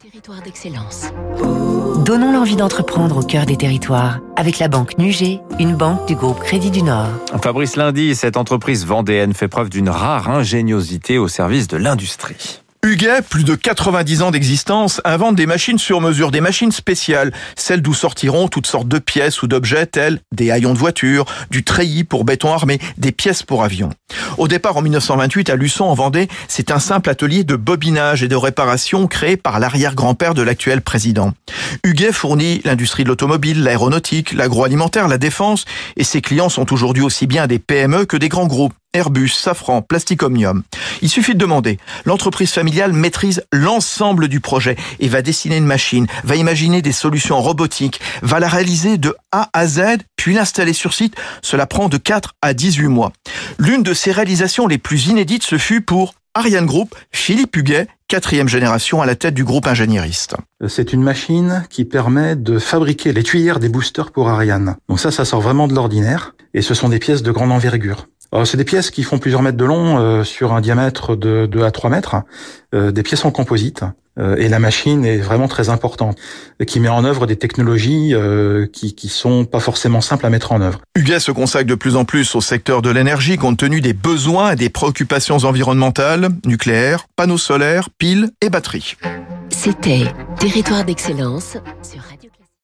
Territoire d'excellence. Donnons l'envie d'entreprendre au cœur des territoires avec la banque Nugé, une banque du groupe Crédit du Nord. Fabrice Lundy, cette entreprise vendéenne fait preuve d'une rare ingéniosité au service de l'industrie. Huguet, plus de 90 ans d'existence, invente des machines sur mesure, des machines spéciales, celles d'où sortiront toutes sortes de pièces ou d'objets tels des haillons de voiture, du treillis pour béton armé, des pièces pour avions. Au départ, en 1928, à Luçon, en Vendée, c'est un simple atelier de bobinage et de réparation créé par l'arrière-grand-père de l'actuel président. Huguet fournit l'industrie de l'automobile, l'aéronautique, l'agroalimentaire, la défense, et ses clients sont aujourd'hui aussi bien des PME que des grands groupes. Airbus, Safran, Plastic Omnium. Il suffit de demander. L'entreprise familiale maîtrise l'ensemble du projet et va dessiner une machine, va imaginer des solutions robotiques, va la réaliser de A à Z, puis l'installer sur site. Cela prend de 4 à 18 mois. L'une de ses réalisations les plus inédites, ce fut pour Ariane Group, Philippe Huguet, 4e génération à la tête du groupe ingénieriste. C'est une machine qui permet de fabriquer les tuyères des boosters pour Ariane. Donc ça sort vraiment de l'ordinaire et ce sont des pièces de grande envergure. C'est des pièces qui font plusieurs mètres de long sur un diamètre de 2 à 3 mètres, des pièces en composite. Et la machine est vraiment très importante, qui met en œuvre des technologies qui sont pas forcément simples à mettre en œuvre. Huguet se consacre de plus en plus au secteur de l'énergie compte tenu des besoins et des préoccupations environnementales, nucléaire, panneaux solaires, piles et batteries. C'était Territoire d'excellence sur